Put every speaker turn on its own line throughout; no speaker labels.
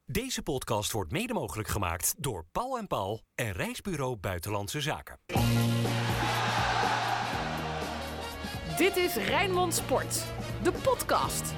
Deze podcast wordt mede mogelijk gemaakt door Paul en Paul en Reisbureau Buitenlandse Zaken.
Dit is Rijnmond Sport, de podcast.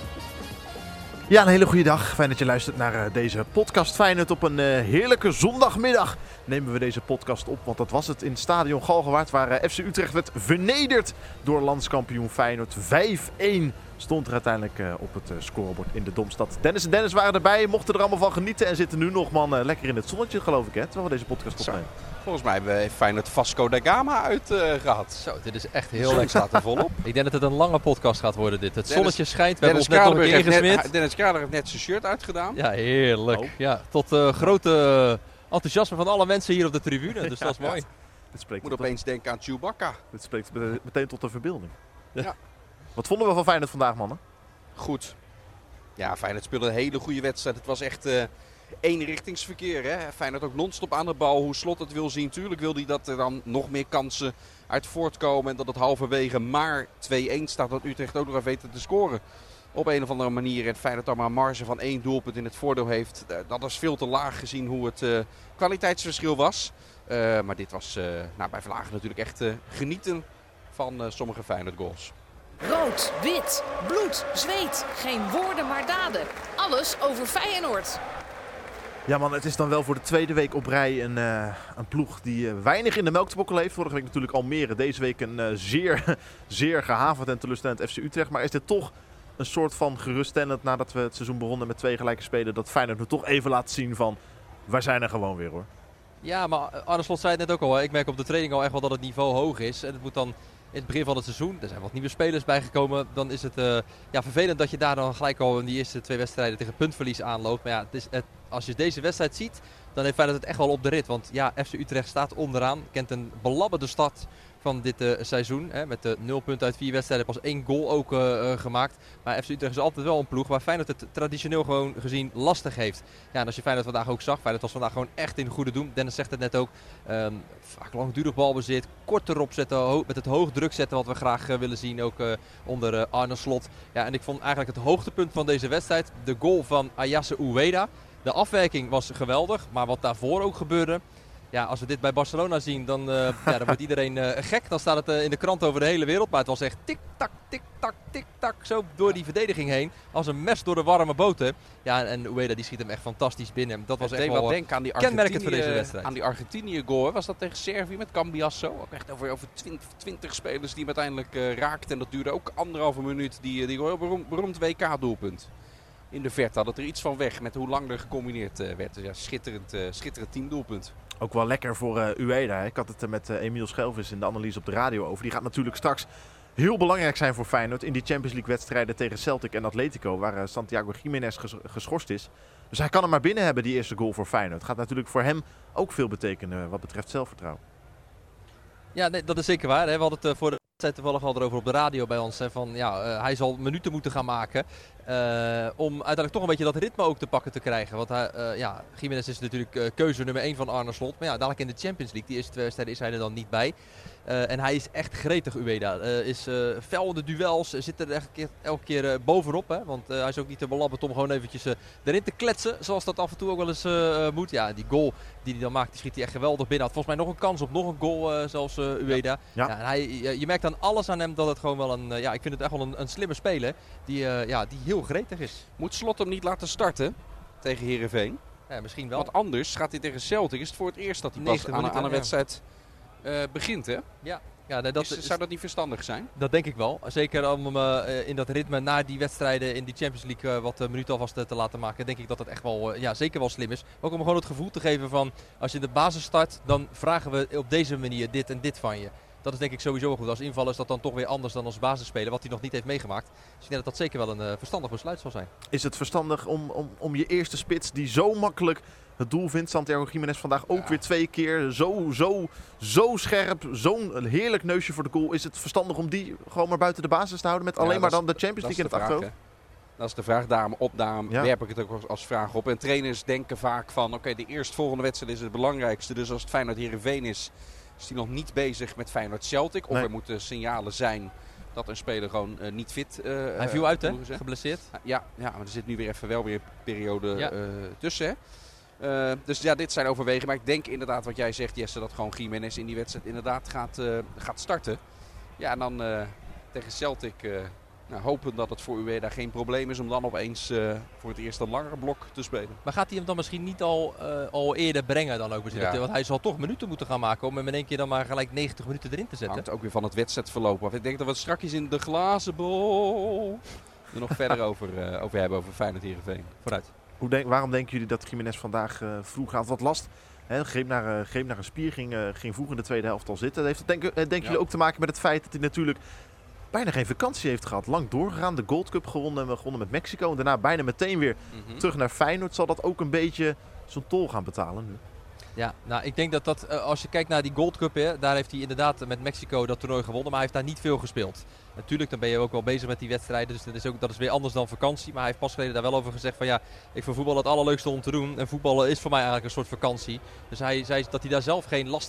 Ja, een hele goede dag. Fijn dat je luistert naar deze podcast. Feyenoord op een heerlijke zondagmiddag nemen we deze podcast op. Want dat was het in stadion Galgenwaard, waar FC Utrecht werd vernederd door landskampioen Feyenoord. 5-1 stond er uiteindelijk op het scorebord in de Domstad. Dennis en Dennis waren erbij, mochten er allemaal van genieten en zitten nu nog lekker in het zonnetje, geloof ik, hè, terwijl we deze podcast opnemen.
Volgens mij hebben we Feyenoord Vasco da Gama uitgehad.
Zo, dit is echt heel leuk. Staat er volop. Ik denk dat het een lange podcast gaat worden dit. Het zonnetje schijnt, we hebben ons net nog een keer ingesmeerd.
Dennis Krader heeft net zijn shirt uitgedaan.
Ja, heerlijk. Oh. Ja, tot grote enthousiasme van alle mensen hier op de tribune, dus dat is mooi.
Ik moet opeens denken aan Chewbacca.
Dit spreekt meteen tot de verbeelding.
Ja.
Wat vonden we van Feyenoord vandaag, mannen?
Goed. Ja, Feyenoord speelde een hele goede wedstrijd. Het was echt eenrichtingsverkeer. Hè? Feyenoord ook non-stop aan de bal. Hoe Slot het wil zien. Tuurlijk wil hij dat er dan nog meer kansen uit voortkomen. En dat het halverwege maar 2-1 staat. Dat Utrecht ook nog even weten te scoren. Op een of andere manier. En Feyenoord dan maar een marge van 1 doelpunt in het voordeel heeft. Dat is veel te laag gezien hoe het kwaliteitsverschil was. Maar dit was bij Vlagen natuurlijk echt genieten van sommige Feyenoord goals.
Rood, wit, bloed, zweet. Geen woorden maar daden. Alles over Feyenoord.
Ja man, het is dan wel voor de tweede week op rij een ploeg die weinig in de melk te bokkelen heeft. Vorige week natuurlijk Almere, deze week een zeer gehavend en teleurstellend FC Utrecht. Maar is dit toch een soort van geruststellend nadat we het seizoen begonnen met 2 gelijke spelen, dat Feyenoord nu toch even laat zien van, wij zijn er gewoon weer hoor.
Ja, maar Arne Slot zei het net ook al. Hè. Ik merk op de training al echt wel dat het niveau hoog is. En het moet dan in het begin van het seizoen, er zijn wat nieuwe spelers bijgekomen. Dan is het vervelend dat je daar dan gelijk al in die eerste 2 wedstrijden tegen puntverlies aanloopt. Maar ja, als je deze wedstrijd ziet, dan heeft Feyenoord het echt wel op de rit. Want ja, FC Utrecht staat onderaan. Kent een belabberde start van dit seizoen. Hè, met 0 punten uit 4 wedstrijden. Pas 1 goal ook gemaakt. Maar FC Utrecht is altijd wel een ploeg waar Feyenoord het traditioneel gewoon gezien lastig heeft. Ja, en als je Feyenoord vandaag ook zag. Feyenoord was vandaag gewoon echt in goede doen. Dennis zegt het net ook. Vaak langdurig balbezit. Kort erop zetten. Met het hoog druk zetten wat we graag willen zien. Ook onder Arne Slot. Ja, en ik vond eigenlijk het hoogtepunt van deze wedstrijd. De goal van Ayasse Uweda. De afwerking was geweldig. Maar wat daarvoor ook gebeurde. Ja, als we dit bij Barcelona zien, dan wordt iedereen gek. Dan staat het in de krant over de hele wereld. Maar het was echt tik-tak, tik-tak, tik-tak. Zo door die verdediging heen. Als een mes door de warme boter. Ja, en Ueda die schiet hem echt fantastisch binnen. Dat was echt wel kenmerkend voor deze wedstrijd.
Aan die Argentinië goal. Was dat tegen Servië met Cambiasso? Ook echt over 20 spelers die hem uiteindelijk raakten. En dat duurde ook 1,5 minuut. Die heel beroemd WK-doelpunt. In de verte had het er iets van weg met hoe lang er gecombineerd werd. Dus ja, schitterend teamdoelpunt.
Ook wel lekker voor Ueda. Ik had het er met Emiel Schelvis in de analyse op de radio over. Die gaat natuurlijk straks heel belangrijk zijn voor Feyenoord in die Champions League wedstrijden tegen Celtic en Atletico. Waar Santiago Giménez geschorst is. Dus hij kan hem maar binnen hebben, die eerste goal voor Feyenoord. Gaat natuurlijk voor hem ook veel betekenen wat betreft zelfvertrouwen.
Ja, nee, dat is zeker waar. Hè. We hadden het voor de wedstrijd toevallig al erover op de radio bij ons. Hè, van, hij zal minuten moeten gaan maken. Om uiteindelijk toch een beetje dat ritme ook te pakken te krijgen. Want Giménez is natuurlijk keuze nummer 1 van Arne Slot. Maar ja, dadelijk in de Champions League, die eerste 2 wedstrijden, is hij er dan niet bij. En hij is echt gretig, Ueda. Is fel in de duels, zit er elke keer bovenop. Hè? Want hij is ook niet te belabberd om gewoon eventjes erin te kletsen. Zoals dat af en toe ook wel eens moet. Ja, die goal die hij dan maakt, die schiet hij echt geweldig binnen. Had volgens mij nog een kans op nog een goal, zelfs Ueda. Ja. Ja, en je merkt aan alles aan hem dat het gewoon wel ik vind het echt wel een slimme speler. Die heel gretig is.
Moet Slot hem niet laten starten tegen Heerenveen?
Ja, misschien wel.
Want anders gaat hij tegen Celtic. Is het voor het eerst dat hij pas aan een wedstrijd begint, hè?
Ja.
Zou dat niet verstandig zijn?
Dat denk ik wel. Zeker om in dat ritme na die wedstrijden in die Champions League wat minuten alvast te laten maken. Denk ik dat het echt wel zeker wel slim is. Ook om gewoon het gevoel te geven van als je in de basis start, dan vragen we op deze manier dit en dit van je. Dat is denk ik sowieso goed. Als invaller is dat dan toch weer anders dan als basisspeler, wat hij nog niet heeft meegemaakt. Dus ik denk dat dat zeker wel een verstandig besluit zal zijn.
Is het verstandig om je eerste spits die zo makkelijk het doel vindt, Santiago Giménez vandaag ook weer 2 keer, zo scherp, zo'n heerlijk neusje voor de goal. Is het verstandig om die gewoon maar buiten de basis te houden met alleen maar dan de Champions League in het achterhoofd?
Dat is de vraag. Daarom werp ik het ook als vraag op. En trainers denken vaak van, oké, de eerstvolgende wedstrijd is het belangrijkste. Dus als het Feyenoord Heerenveen is, is hij nog niet bezig met Feyenoord Celtic. Of
Nee.
er moeten signalen zijn dat een speler gewoon niet fit
Hij viel uit, hè? Geblesseerd.
Ja, maar er zit nu weer even wel weer een periode
Ja.
tussen. Hè? Dus ja, dit zijn overwegen. Maar ik denk inderdaad wat jij zegt, Jesse, dat gewoon Gimenez in die wedstrijd inderdaad gaat starten. Ja, en dan tegen Celtic hopen dat het voor Ueda geen probleem is om dan opeens voor het eerst een langere blok te spelen.
Maar gaat hij hem dan misschien niet al eerder brengen dan ook?
Ja.
Want hij zal toch minuten moeten gaan maken om hem in één keer dan maar gelijk 90 minuten erin te zetten.
Hangt ook weer van het wedstrijdverloop af. Ik denk dat we het strakjes in de glazen bol er nog verder over hebben, over Feyenoord-Heerenveen.
Vooruit.
Waarom denken jullie dat Gimenez vandaag vroeg had wat last? Greep naar een spier, ging vroeg in de tweede helft al zitten. Dat heeft denken jullie ook te maken met het feit dat hij natuurlijk bijna geen vakantie heeft gehad. Lang doorgegaan, de Gold Cup gewonnen met Mexico. En daarna bijna meteen weer terug naar Feyenoord. Zal dat ook een beetje zo'n tol gaan betalen nu?
Ja, nou ik denk dat als je kijkt naar die Gold Cup, hè, daar heeft hij inderdaad met Mexico dat toernooi gewonnen, maar hij heeft daar niet veel gespeeld. Natuurlijk, dan ben je ook wel bezig met die wedstrijden, dus dat is weer anders dan vakantie. Maar hij heeft pas geleden daar wel over gezegd van ja, ik vind voetbal het allerleukste om te doen. En voetballen is voor mij eigenlijk een soort vakantie. Dus hij zei dat hij daar zelf geen last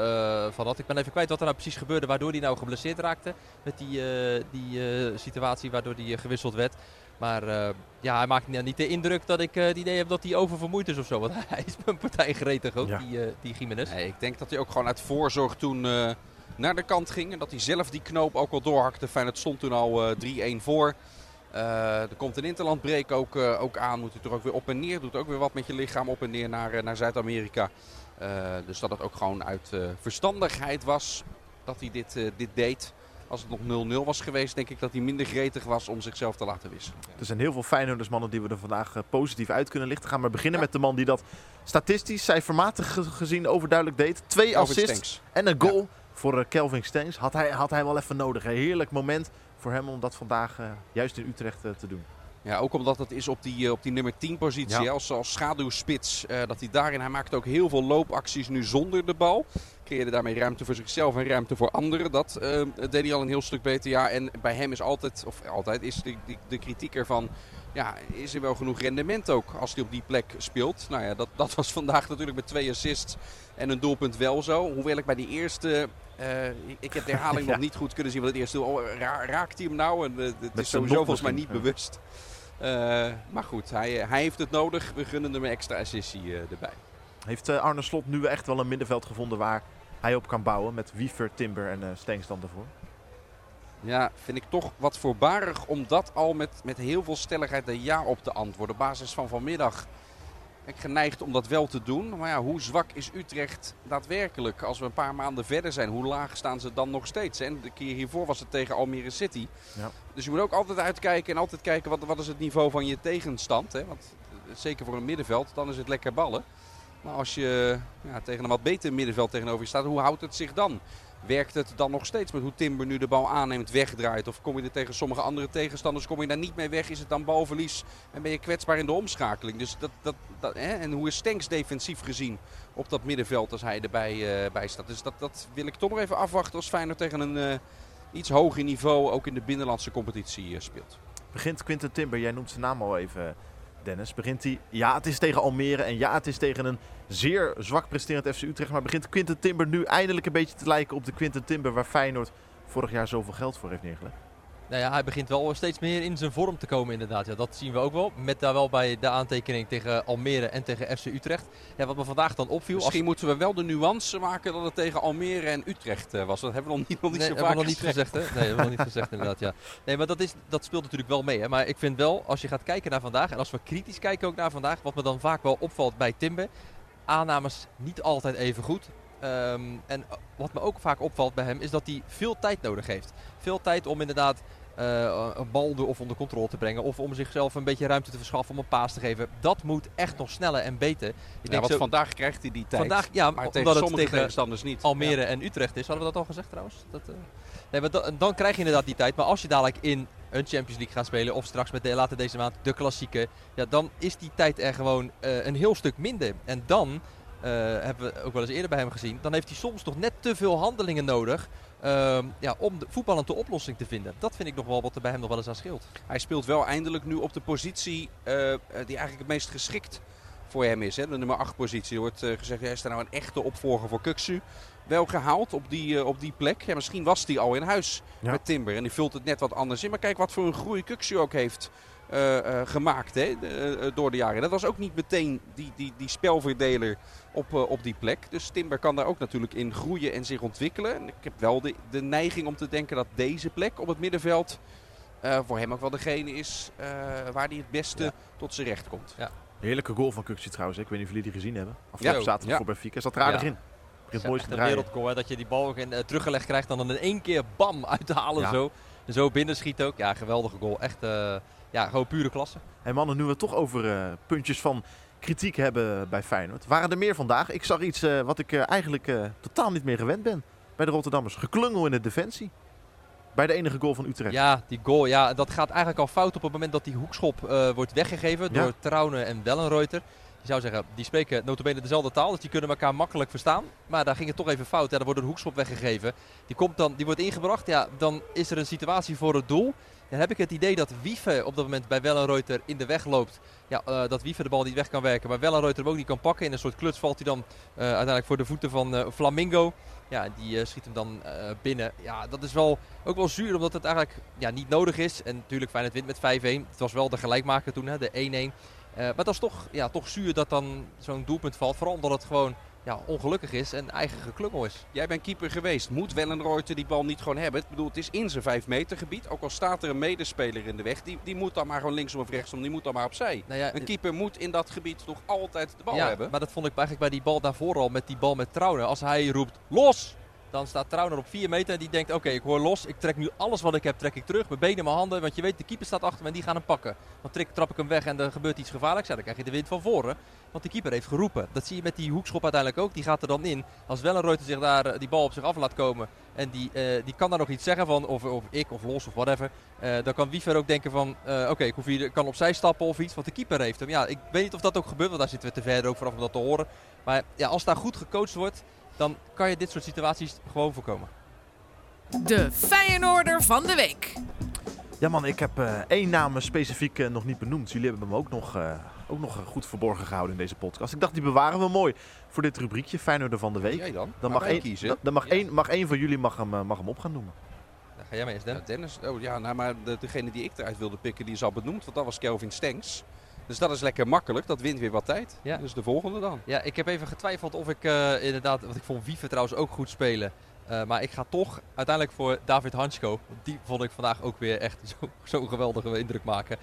van had. Ik ben even kwijt wat er nou precies gebeurde, waardoor hij nou geblesseerd raakte. Met die situatie waardoor hij gewisseld werd. Maar hij maakt niet de indruk dat ik het idee heb dat hij oververmoeid is of zo. Want hij is een partij gretig ook, die Gimenez.
Nee, ik denk dat hij ook gewoon uit voorzorg toen naar de kant ging. En dat hij zelf die knoop ook al doorhakte. Feyenoord stond toen al 3-1 voor. Er komt een interlandbreak ook aan. Moet hij toch ook weer op en neer. Doet ook weer wat met je lichaam op en neer naar Zuid-Amerika. Dus dat het ook gewoon uit verstandigheid was dat hij dit deed. Als het nog 0-0 was geweest, denk ik dat hij minder gretig was om zichzelf te laten wisselen.
Er zijn heel veel Feyenoordersmannen die we er vandaag positief uit kunnen lichten. Gaan we beginnen met de man die dat statistisch, cijfermatig gezien overduidelijk deed. 2 assists en een goal voor Kelvin Stengs. Had hij wel even nodig. Een heerlijk moment voor hem om dat vandaag juist in Utrecht te doen.
Ja, ook omdat het is op die nummer 10 positie, als schaduwspits. Hij maakt ook heel veel loopacties nu zonder de bal. Creëerde daarmee ruimte voor zichzelf en ruimte voor anderen. Dat deed hij al een heel stuk beter. Ja, en bij hem is altijd is de kritiek ervan. Ja, is er wel genoeg rendement ook als hij op die plek speelt? Nou ja, dat was vandaag natuurlijk met 2 assists en een doelpunt wel zo. Hoewel ik bij die eerste... ik heb de herhaling nog niet goed kunnen zien. Want het eerste doel, raakt hij hem nou? En het is sowieso volgens mij niet bewust. Maar goed, hij heeft het nodig. We gunnen hem een extra assistie erbij.
Heeft Arne Slot nu echt wel een middenveld gevonden waar hij op kan bouwen? Met Wiever, Timber en Stengs dan daarvoor?
Ja, vind ik toch wat voorbarig om dat al met heel veel stelligheid een ja op te antwoorden. Op basis van vanmiddag ben ik geneigd om dat wel te doen. Maar ja, hoe zwak is Utrecht daadwerkelijk? Als we een paar maanden verder zijn, hoe laag staan ze dan nog steeds? En de keer hiervoor was het tegen Almere City. Ja. Dus je moet ook altijd uitkijken en altijd kijken wat is het niveau van je tegenstand. Hè? Want zeker voor een middenveld, dan is het lekker ballen. Maar als je tegen een wat beter middenveld tegenover je staat, hoe houdt het zich dan? Werkt het dan nog steeds met hoe Timber nu de bal aanneemt, wegdraait? Of kom je er tegen sommige andere tegenstanders, kom je daar niet mee weg? Is het dan balverlies en ben je kwetsbaar in de omschakeling? Dus en hoe is Stengs defensief gezien op dat middenveld als hij erbij bij staat? Dus dat wil ik toch nog even afwachten als Feyenoord tegen een iets hoger niveau ook in de binnenlandse competitie speelt.
Begint Quinten Timber, jij noemt zijn naam al even, Dennis. Begint hij, het is tegen Almere en het is tegen een zeer zwak presterend FC Utrecht. Maar begint Quinten Timber nu eindelijk een beetje te lijken op de Quinten Timber waar Feyenoord vorig jaar zoveel geld voor heeft neergelegd?
Nou ja, hij begint wel steeds meer in zijn vorm te komen inderdaad. Ja, dat zien we ook wel. Met daar wel bij de aantekening tegen Almere en tegen FC Utrecht. Ja, wat me vandaag dan opviel...
Misschien moeten we wel de nuance maken dat het tegen Almere en Utrecht was. Dat hebben we nog niet zo vaak gezegd.
Nee, hebben we nog niet gezegd inderdaad, ja. Nee, maar dat speelt natuurlijk wel mee. Hè. Maar ik vind wel, als je gaat kijken naar vandaag... en als we kritisch kijken ook naar vandaag... wat me dan vaak wel opvalt bij Timber... aannames niet altijd even goed... en wat me ook vaak opvalt bij hem is dat hij veel tijd nodig heeft. Veel tijd om inderdaad een bal onder controle te brengen. Of om zichzelf een beetje ruimte te verschaffen om een paas te geven. Dat moet echt nog sneller en beter.
Vandaag krijgt hij die tijd.
Vandaag, maar
tegen sommige tegenstanders niet.
Almere en Utrecht is. Hadden we dat al gezegd trouwens? Dan krijg je inderdaad die tijd. Maar als je dadelijk in een Champions League gaat spelen of straks later deze maand de klassieke. Ja, dan is die tijd er gewoon een heel stuk minder. En dan... hebben we ook wel eens eerder bij hem gezien. Dan heeft hij soms nog net te veel handelingen nodig om de voetballende oplossing te vinden. Dat vind ik nog wel wat er bij hem nog wel eens aan scheelt.
Hij speelt wel eindelijk nu op de positie die eigenlijk het meest geschikt voor hem is. Hè? De nummer 8 positie. Er wordt gezegd, is er nou een echte opvolger voor Kukçu wel gehaald op die plek? Ja, misschien was die al in huis met Timber. En die vult het net wat anders in. Maar kijk wat voor een groei Kukçu ook heeft gemaakt door de jaren. Dat was ook niet meteen die spelverdeler op die plek. Dus Timber kan daar ook natuurlijk in groeien en zich ontwikkelen. En ik heb wel de neiging om te denken dat deze plek op het middenveld voor hem ook wel degene is waar hij het beste tot zijn recht komt.
Ja.
Heerlijke goal van Kukçu trouwens. Ik weet niet of jullie die gezien hebben. Afgelopen zaterdag voor Benfica. Zat er aardig in.
Het is een wereldgoal, hè, dat je die bal ook teruggelegd krijgt. Dan in één keer bam uit te halen zo binnenschiet ook. Ja, geweldige goal. Echt gewoon pure klasse.
Hey mannen, nu we het toch over puntjes van kritiek hebben bij Feyenoord. Waren er meer vandaag? Ik zag iets wat ik eigenlijk totaal niet meer gewend ben bij de Rotterdammers. Geklungel in de defensie. Bij de enige goal van Utrecht.
Ja, die goal. Dat gaat eigenlijk al fout op het moment dat die hoekschop wordt weggegeven door Trauner en Wellenreuter. Je zou zeggen, die spreken nota bene dezelfde taal, dus die kunnen elkaar makkelijk verstaan. Maar daar ging het toch even fout. Ja, dan wordt een hoekschop weggegeven. Die wordt ingebracht. Ja, dan is er een situatie voor het doel. Dan heb ik het idee dat Wiefe op dat moment bij Wellenreuter in de weg loopt. Ja, dat Wiefe de bal niet weg kan werken, maar Wellenreuter hem ook niet kan pakken. In een soort kluts valt hij dan uiteindelijk voor de voeten van Flamingo. Ja, die schiet hem dan binnen. Ja, dat is ook wel zuur, omdat het eigenlijk niet nodig is. En natuurlijk Feyenoord wint met 5-1. Het was wel de gelijkmaker toen, de 1-1. Maar dat is toch zuur dat dan zo'n doelpunt valt. Vooral omdat het gewoon ongelukkig is en eigen geklungel is.
Jij bent keeper geweest. Moet Wellenreuter die bal niet gewoon hebben? Ik bedoel, het is in zijn 5 meter gebied. Ook al staat er een medespeler in de weg. Die moet dan maar gewoon linksom of rechtsom. Die moet dan maar opzij. Nou ja, een keeper moet in dat gebied toch altijd de bal hebben.
Maar dat vond ik eigenlijk bij die bal daarvoor al. Met die bal met Trauner. Als hij roept los! Dan staat Trauner op 4 meter en die denkt, oké, ik hoor los. Ik trek nu alles wat ik heb, trek ik terug. Mijn benen, mijn handen. Want je weet, de keeper staat achter me en die gaan hem pakken. Dan trap ik hem weg en er gebeurt iets gevaarlijks. Ja, dan krijg je de wind van voren. Want de keeper heeft geroepen. Dat zie je met die hoekschop uiteindelijk ook. Die gaat er dan in. Als Wellenreuter zich daar die bal op zich af laat komen. En die kan daar nog iets zeggen van. Of ik of los of whatever. Dan kan Wiever ook denken van. Oké, ik kan opzij stappen of iets. Want de keeper heeft hem. Ja, ik weet niet of dat ook gebeurt. Want daar zitten we te ver ook vanaf om dat te horen. Maar ja, als daar goed gecoacht wordt. Dan kan je dit soort situaties gewoon voorkomen.
De Feyenoorder van de week.
Ja man, ik heb 1 naam specifiek nog niet benoemd. Jullie hebben hem ook nog goed verborgen gehouden in deze podcast. Ik dacht, die bewaren we mooi voor dit rubriekje. Feyenoorder van de week.
Jij dan?
Dan mag één van jullie mag hem op gaan noemen.
Dan ga jij maar eens, Dennis.
Dennis. Oh ja, maar degene die ik eruit wilde pikken, die is al benoemd. Want dat was Kelvin Stengs. Dus dat is lekker makkelijk. Dat wint weer wat tijd. Ja. Dus de volgende dan.
Ja, ik heb even getwijfeld of ik inderdaad... Want ik vond Wiever trouwens ook goed spelen. Maar ik ga toch uiteindelijk voor David Hansko. Die vond ik vandaag ook weer echt zo'n geweldige indruk maken.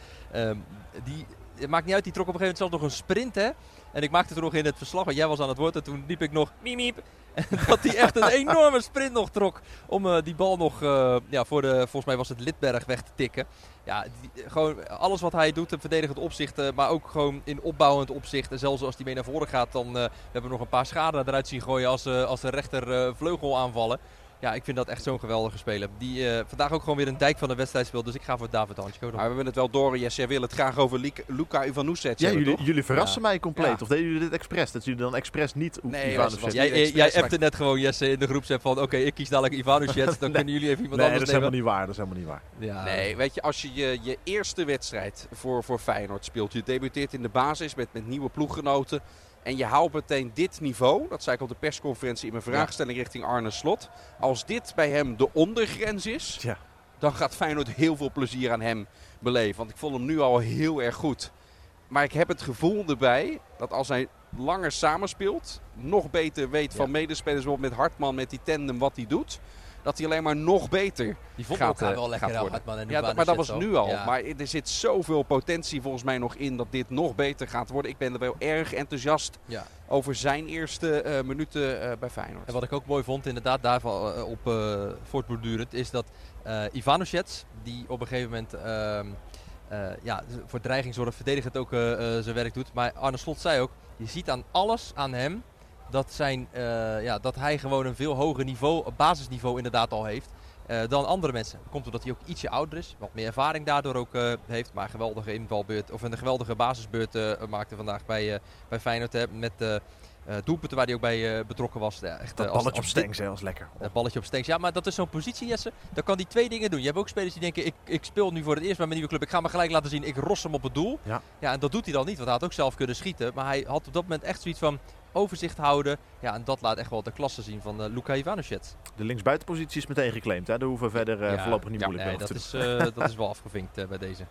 Het maakt niet uit, die trok op een gegeven moment zelfs nog een sprint. Hè? En ik maakte het nog in het verslag, want jij was aan het woord. En toen liep ik nog miep. En dat hij echt een enorme sprint nog trok. Om die bal nog volgens mij was het Lidberg weg te tikken. Ja, gewoon alles wat hij doet in verdedigend opzicht. Maar ook gewoon in opbouwend opzicht. En zelfs als hij mee naar voren gaat, dan hebben we nog een paar schade eruit zien gooien als de rechter vleugel aanvallen. Ja, ik vind dat echt zo'n geweldige speler. Die vandaag ook gewoon weer een dijk van de wedstrijd speelt. Dus ik ga voor David Hansko.
Maar we hebben het wel door. Jesse, jij wil het graag over Luka Ivanovic hebben,
toch? Jullie verrassen mij compleet. Ja. Of deden jullie dit expres? Dat jullie dan expres niet Ivanovic?
Jij appte net gewoon Jesse in de groepsapp van... Oké, ik kies dadelijk Ivanovic. Dan kunnen jullie even iemand anders nemen.
Dat is helemaal niet waar.
Ja. Nee, weet je, als je je eerste wedstrijd voor Feyenoord speelt. Je debuteert in de basis met nieuwe ploeggenoten. En je haalt meteen dit niveau, dat zei ik op de persconferentie in mijn vraagstelling richting Arne Slot. Als dit bij hem de ondergrens is, dan gaat Feyenoord heel veel plezier aan hem beleven. Want ik vond hem nu al heel erg goed. Maar ik heb het gevoel erbij dat als hij langer samenspeelt, nog beter weet van medespelers, bijvoorbeeld met Hartman, met die tandem wat hij doet. Dat hij alleen maar nog beter
die vond elkaar wel lekker
Hartman en maar dat was nu al. Ja. Maar er zit zoveel potentie volgens mij nog in dat dit nog beter gaat worden. Ik ben er wel erg enthousiast over zijn eerste minuten bij Feyenoord.
En wat ik ook mooi vond, inderdaad daarvan op voortbordurend, is dat Ivanovic, die op een gegeven moment voor dreiging zorgt, verdedigend ook zijn werk doet. Maar Arne Slot zei ook, je ziet aan alles aan hem dat hij gewoon een veel hoger niveau, basisniveau inderdaad al heeft dan andere mensen. Dat komt omdat hij ook ietsje ouder is, wat meer ervaring daardoor ook heeft. Maar een geweldige invalbeurt of een geweldige basisbeurt maakte vandaag bij Feyenoord met Doelpunten waar hij ook bij betrokken was. Ja, echt,
Dat balletje op Stengs, hè, was lekker.
Dat balletje op Stengs. Ja, maar dat is zo'n positie, Jesse. Dan kan hij 2 dingen doen. Je hebt ook spelers die denken, ik speel nu voor het eerst bij mijn nieuwe club. Ik ga me gelijk laten zien, ik ros hem op het doel.
Ja.
Ja, en dat doet hij dan niet, want hij had ook zelf kunnen schieten. Maar hij had op dat moment echt zoiets van overzicht houden. Ja, en dat laat echt wel de klasse zien van Luka Ivanovic.
De linksbuitenpositie is meteen geclaimd. Hè? Daar hoeven we verder voorlopig niet moeilijk
nee,
over te doen.
dat is wel afgevinkt bij deze.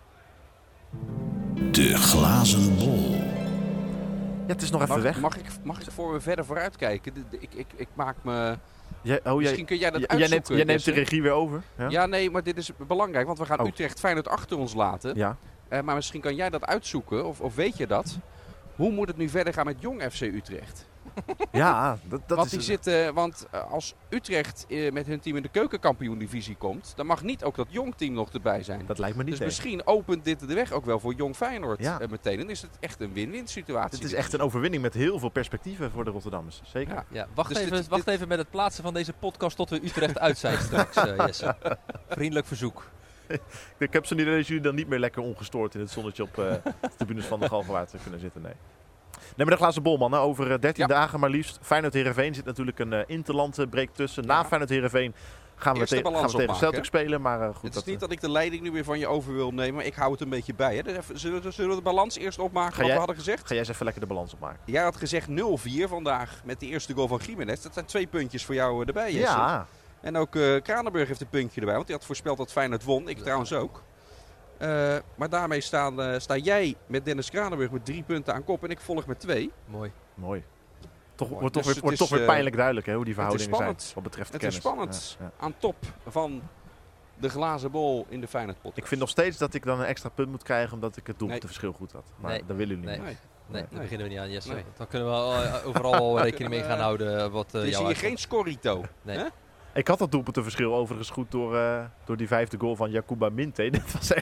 De glazen bol.
Ja, het is nog even weg.
Mag ik voor we verder vooruit kijken? Ik maak me...
Misschien
Misschien kun jij dat uitzoeken.
Jij neemt de regie weer over.
Ja, nee, maar dit is belangrijk, want we gaan
Oh.
Utrecht Feyenoord achter ons laten.
Ja.
Maar misschien kan jij dat uitzoeken, of weet je dat? Hoe moet het nu verder gaan met Jong FC Utrecht?
Ja, dat
Want,
is...
als Utrecht met hun team in de keukenkampioen-divisie komt, dan mag niet ook dat Jong team nog erbij zijn.
Dat lijkt me niet
Dus
tegen.
misschien opent dit de weg ook wel voor Jong Feyenoord
Ja.
meteen. Dan is het echt een win-win situatie.
Het is echt een overwinning met heel veel perspectieven voor de Rotterdammers. Zeker.
Ja.
Ja, wacht
Dus
even met het plaatsen van deze podcast tot we Utrecht uit zijn straks, Jesse. Vriendelijk verzoek.
Ik heb zo'n idee dat jullie dan niet meer lekker ongestoord in het zonnetje op de tribunes van de Galgenwaard kunnen zitten. Nee. Nee, maar de glazen bol, man. Over 13 dagen maar liefst. Feyenoord-Heerenveen zit natuurlijk een interland break tussen. Na Feyenoord-Heerenveen gaan we tegen Celtic spelen. Maar goed,
het is niet dat ik de leiding nu weer van je over wil nemen, maar ik hou het een beetje bij. Hè. Dus zullen we de balans eerst opmaken wat we hadden gezegd?
Ga jij eens even lekker de balans opmaken?
Jij had gezegd 0-4 vandaag met de eerste goal van Gimenez. Dat zijn 2 puntjes voor jou erbij, Jesse.
Ja.
En ook Kranenburg heeft een puntje erbij, want die had voorspeld dat Feyenoord won. Ik trouwens ook. Maar daarmee sta jij met Dennis Kranenburg met 3 punten aan kop en ik volg met 2.
Mooi.
Mooi.
Mooi.
Wordt
Dus
toch weer pijnlijk duidelijk hè, hoe die verhoudingen zijn
spannend.
wat betreft de
Het
kennis.
is spannend
Ja.
aan top van de glazen bol in de Feyenoord podcast.
Ik vind nog steeds dat ik dan een extra punt moet krijgen omdat ik het doelpuntenverschil goed had. Maar
Nee.
dat willen jullie niet.
Nee.
Nee.
Nee, daar beginnen we niet aan, Jesse.
Nee.
Dan kunnen we overal wel rekening mee gaan houden. Wat
Het is
jouw
hier geen scorrito.
Nee.
Hè?
Ik had dat doelpuntenverschil overigens goed door die 5e goal van Jakuba Minte.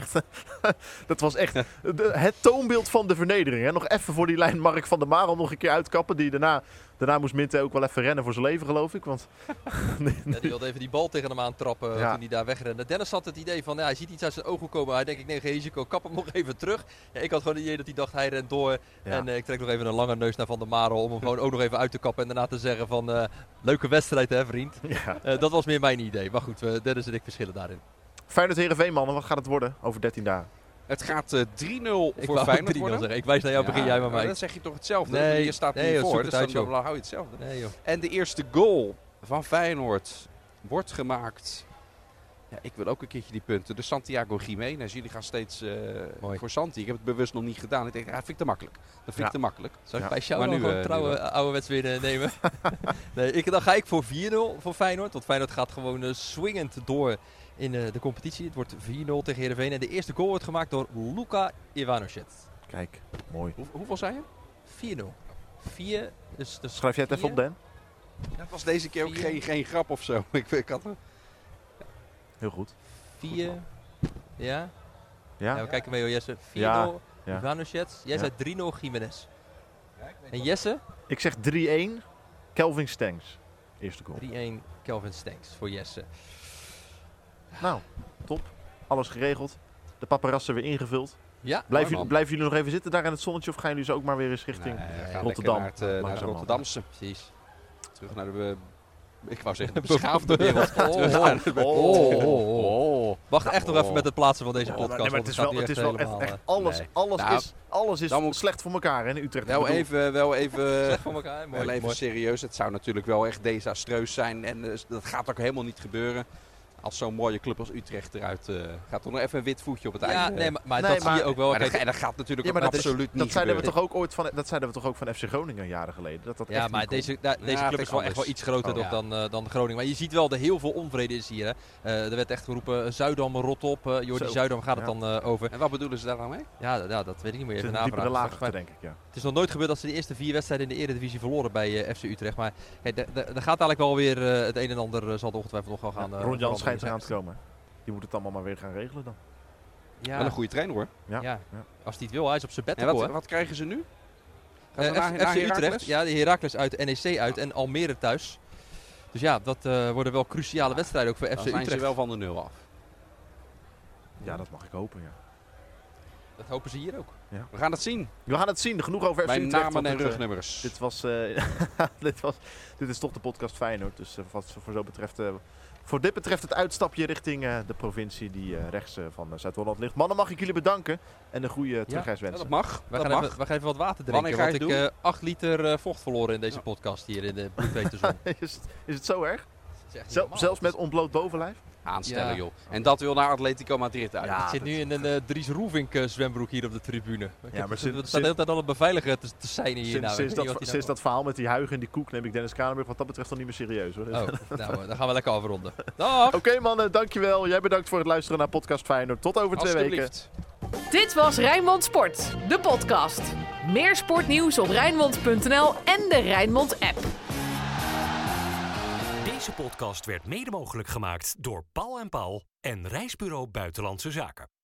Dat was echt het toonbeeld van de vernedering. Hè? Nog even voor die lijn Mark van der Marel nog een keer uitkappen. Daarna moest Minte ook wel even rennen voor zijn leven, geloof ik. Want
Ja, die wilde even die bal tegen hem aantrappen
Ja.
toen hij daar wegrende. Dennis had het idee van, hij ziet iets uit zijn ogen komen. Hij denkt, nee, geen risico, kap hem nog even terug. Ja, ik had gewoon het idee dat hij dacht, hij rent door.
Ja.
En ik trek nog even een lange neus naar Van der Marel om hem gewoon ook nog even uit te kappen. En daarna te zeggen van, leuke wedstrijd hè vriend.
ja.
Dat was meer mijn idee. Maar goed, Dennis en ik verschillen daarin.
Feyenoord-Heerenveen, mannen. Wat gaat het worden over 13 dagen?
Het gaat 3-0
Ik
voor
wou
Feyenoord
3-0
worden.
zeggen. Ik wijs naar jou, begin jij maar mij.
Dat zeg je toch hetzelfde?
Nee.
Je staat
Nee,
hier
joh,
voor,
zoek
dus
het uit,
dan
joh.
hou je hetzelfde.
Nee joh.
En de eerste goal van Feyenoord wordt gemaakt. Ja, ik wil ook een keertje die punten. Dus Santiago Giménez. Jullie gaan steeds
Mooi.
voor Santi. Ik heb het bewust nog niet gedaan. Ik denk, dat vind ik te makkelijk. Dat vind ik te makkelijk.
Zal ik
Ja.
bij jou
Maar
dan
nu,
gewoon
nu
trouwe
wel.
ouderwets weer nemen? Nee, dan ga ik voor 4-0 voor Feyenoord. Want Feyenoord gaat gewoon swingend door in de competitie. Het wordt 4-0 tegen Heerenveen. En de eerste goal wordt gemaakt door Luka Ivanovic.
Kijk, mooi.
Hoeveel zei je?
4-0. 4, dus
Schrijf jij het even op, Dan?
Dat was deze keer ook
4.
geen grap of zo. Ik had
Heel goed.
4. Ja?
Ja?
Ja, we kijken mee hoor Jesse. 4-0
Ja, ja.
Ivanovic. Jij
Ja.
zei 3-0 Jiménez. En Jesse?
Ik zeg 3-1. Kelvin Stengs. Eerste goal.
3-1 Kelvin Stenks voor Jesse.
Nou, top. Alles geregeld. De paparazzen weer ingevuld.
Ja,
Blijven jullie nog even zitten daar in het zonnetje of gaan jullie zo ook maar weer eens richting Rotterdam?
Naar het
Langzaam
Rotterdamse.
precies.
Terug naar de... Ik wou zeggen, de beschaafde wereld.
Oh,
Terug naar de-
Wacht echt nog even met het plaatsen van deze podcast.
Nee, maar
want
het is
gaat
wel,
nu
het is wel
helemaal,
echt alles,
nee.
alles
Nou,
is
dan moet-
slecht voor elkaar hè, in Utrecht.
Wel
Ik bedoel,
even
slecht voor elkaar. Mooi,
wel even
mooi.
serieus. Het zou natuurlijk wel echt desastreus zijn. En dat gaat ook helemaal niet gebeuren. Als zo'n mooie club als Utrecht eruit gaat. Er nog even een wit voetje op het
Ja,
einde.
nee, maar
Nee,
dat zie je ook wel.
Maar
Kijk,
dat gaat natuurlijk
Ja,
ook
maar dat
absoluut niet
dat zeiden we
gebeuren.
toch ook ooit van, dat zeiden we toch ook van FC Groningen jaren geleden. Dat
ja,
echt
maar
niet kon.
deze
Ja,
club
vind
is
ik
wel echt
anders.
wel iets groter
Oh.
nog dan Groningen. Maar je ziet wel dat er heel veel onvrede is hier. Hè. Er werd echt geroepen, Zuidam rot op. Jordi
Zo.
Zuidam gaat het
Ja.
dan over.
En wat bedoelen ze daar nou mee?
Ja, dat weet ik niet meer.
Het is
Even
een diepere
navragen.
laag
Volgens mij-
denk ik, ja.
Het is nog nooit gebeurd dat ze de eerste 4 wedstrijden in de Eredivisie verloren bij FC Utrecht. Maar kijk, er gaat eigenlijk wel weer het een en ander zal er ongetwijfeld nog wel gaan.
Ron Jans
veranderen.
schijnt eraan te komen. Die moet het allemaal maar weer gaan regelen dan.
Ja,
Wel een goede trainer hoor.
Ja.
ja.
Ja.
Als hij het wil, hij is op zijn bed.
En wat krijgen ze nu? Gaan ze naar
FC
Heracles?
Utrecht, ja, de Heracles uit, NEC uit en Almere thuis. Dus ja, dat worden wel cruciale wedstrijden ook voor
Dan
FC
zijn
Utrecht.
ze wel van de 0 af.
Ja, dat mag ik hopen, ja.
Dat hopen ze hier ook.
We gaan het zien.
We gaan het zien. Genoeg over FC
Bij
Utrecht.
namen en
want dit,
rugnummers.
dit is toch de podcast Feyenoord. Dus voor dit betreft het uitstapje richting de provincie die rechts van Zuid-Holland ligt. Mannen, mag ik jullie bedanken en een goede terugreis wensen.
Dat mag.
We gaan even wat water drinken.
Wanneer ga je
want ik 8 liter vocht verloren in deze podcast hier in de bloedhete zon.
Is het zo erg?
Dat is echt niet normaal.
Zelfs met ontbloot bovenlijf?
Aanstellen,
Ja.
joh. En dat wil naar Atletico Madrid uit.
Ja.
Ik zit nu in een Dries Roelvink zwembroek hier op de tribune.
maar
Er
sinds-
staat de hele tijd al een beveiliger te seinen hier.
Sinds dat verhaal met die huigen en die koek neem ik Dennis Kranenburg wat dat betreft dan niet meer serieus, hoor.
Oh, nou, dan gaan we lekker afronden. Dag!
Oké, mannen, dankjewel. Jij bedankt voor het luisteren naar podcast Feyenoord. Tot over 2 weken.
Alsjeblieft.
Dit was Rijnmond Sport, de podcast. Meer sportnieuws op Rijnmond.nl en de Rijnmond app.
Deze podcast werd mede mogelijk gemaakt door Paul en Paul en Reisbureau Buitenlandse Zaken.